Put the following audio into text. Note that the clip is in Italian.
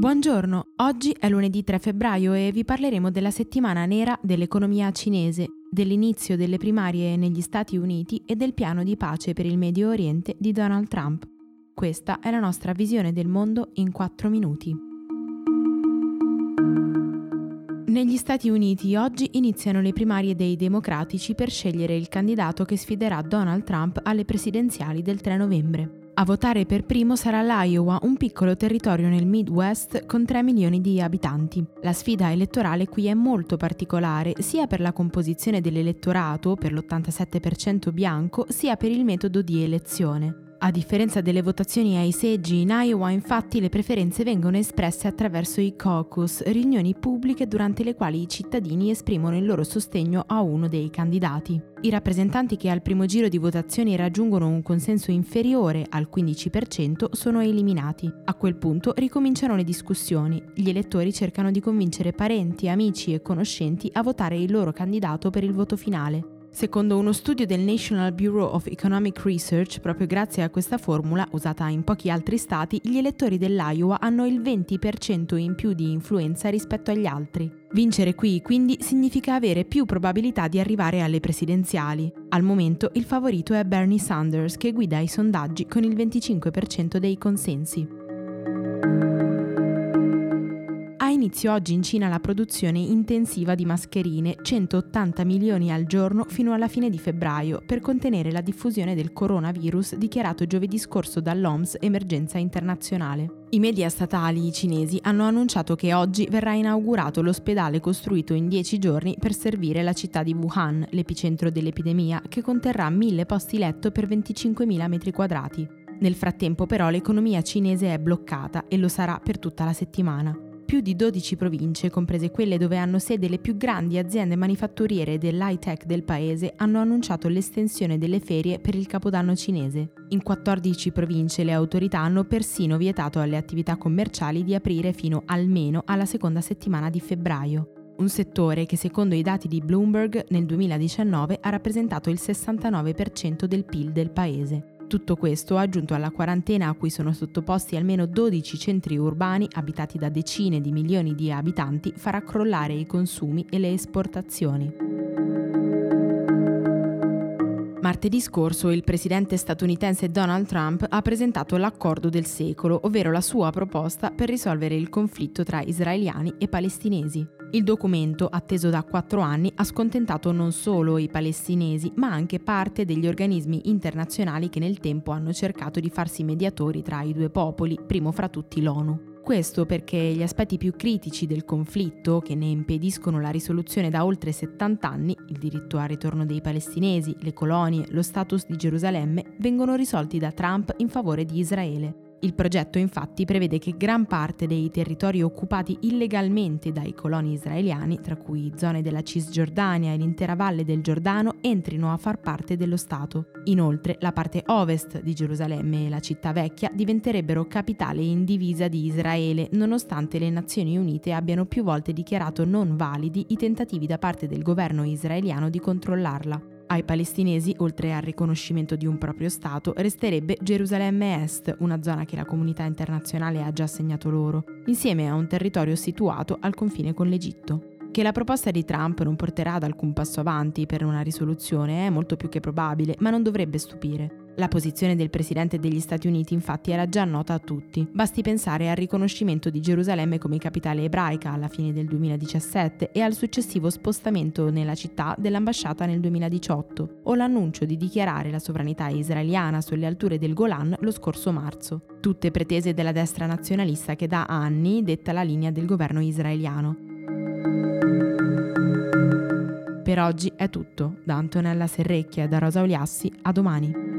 Buongiorno, oggi è lunedì 3 febbraio e vi parleremo della settimana nera dell'economia cinese, dell'inizio delle primarie negli Stati Uniti e del piano di pace per il Medio Oriente di Donald Trump. Questa è la nostra visione del mondo in 4 minuti. Negli Stati Uniti oggi iniziano le primarie dei democratici per scegliere il candidato che sfiderà Donald Trump alle presidenziali del 3 novembre. A votare per primo sarà l'Iowa, un piccolo territorio nel Midwest con 3 milioni di abitanti. La sfida elettorale qui è molto particolare, sia per la composizione dell'elettorato, per l'87% bianco, sia per il metodo di elezione. A differenza delle votazioni ai seggi, in Iowa infatti le preferenze vengono espresse attraverso i caucus, riunioni pubbliche durante le quali i cittadini esprimono il loro sostegno a uno dei candidati. I rappresentanti che al primo giro di votazioni raggiungono un consenso inferiore al 15% sono eliminati. A quel punto ricominciano le discussioni. Gli elettori cercano di convincere parenti, amici e conoscenti a votare il loro candidato per il voto finale. Secondo uno studio del National Bureau of Economic Research, proprio grazie a questa formula, usata in pochi altri stati, gli elettori dell'Iowa hanno il 20% in più di influenza rispetto agli altri. Vincere qui, quindi, significa avere più probabilità di arrivare alle presidenziali. Al momento il favorito è Bernie Sanders, che guida i sondaggi con il 25% dei consensi. Ha inizio oggi in Cina la produzione intensiva di mascherine, 180 milioni al giorno fino alla fine di febbraio, per contenere la diffusione del coronavirus dichiarato giovedì scorso dall'OMS emergenza internazionale. I media statali cinesi hanno annunciato che oggi verrà inaugurato l'ospedale costruito in 10 giorni per servire la città di Wuhan, l'epicentro dell'epidemia, che conterrà 1000 posti letto per 25.000 metri quadrati. Nel frattempo però l'economia cinese è bloccata e lo sarà per tutta la settimana. Più di 12 province, comprese quelle dove hanno sede le più grandi aziende manifatturiere dell'high-tech del paese, hanno annunciato l'estensione delle ferie per il Capodanno cinese. In 14 province le autorità hanno persino vietato alle attività commerciali di aprire fino almeno alla seconda settimana di febbraio. Un settore che secondo i dati di Bloomberg nel 2019 ha rappresentato il 69% del PIL del paese. Tutto questo, aggiunto alla quarantena a cui sono sottoposti almeno 12 centri urbani abitati da decine di milioni di abitanti, farà crollare i consumi e le esportazioni. Martedì scorso il presidente statunitense Donald Trump ha presentato l'accordo del secolo, ovvero la sua proposta per risolvere il conflitto tra israeliani e palestinesi. Il documento, atteso da 4 anni, ha scontentato non solo i palestinesi, ma anche parte degli organismi internazionali che nel tempo hanno cercato di farsi mediatori tra i due popoli, primo fra tutti l'ONU. Questo perché gli aspetti più critici del conflitto, che ne impediscono la risoluzione da oltre 70 anni, il diritto al ritorno dei palestinesi, le colonie, lo status di Gerusalemme, vengono risolti da Trump in favore di Israele. Il progetto infatti prevede che gran parte dei territori occupati illegalmente dai coloni israeliani, tra cui zone della Cisgiordania e l'intera valle del Giordano, entrino a far parte dello Stato. Inoltre, la parte ovest di Gerusalemme e la città vecchia diventerebbero capitale indivisa di Israele, nonostante le Nazioni Unite abbiano più volte dichiarato non validi i tentativi da parte del governo israeliano di controllarla. Ai palestinesi, oltre al riconoscimento di un proprio Stato, resterebbe Gerusalemme Est, una zona che la comunità internazionale ha già assegnato loro, insieme a un territorio situato al confine con l'Egitto. Che la proposta di Trump non porterà ad alcun passo avanti per una risoluzione è molto più che probabile, ma non dovrebbe stupire. La posizione del presidente degli Stati Uniti infatti era già nota a tutti. Basti pensare al riconoscimento di Gerusalemme come capitale ebraica alla fine del 2017 e al successivo spostamento nella città dell'ambasciata nel 2018, o l'annuncio di dichiarare la sovranità israeliana sulle alture del Golan lo scorso marzo. Tutte pretese della destra nazionalista che da anni detta la linea del governo israeliano. Per oggi è tutto. Da Antonella Serrecchia e da Rosa Oliassi, a domani.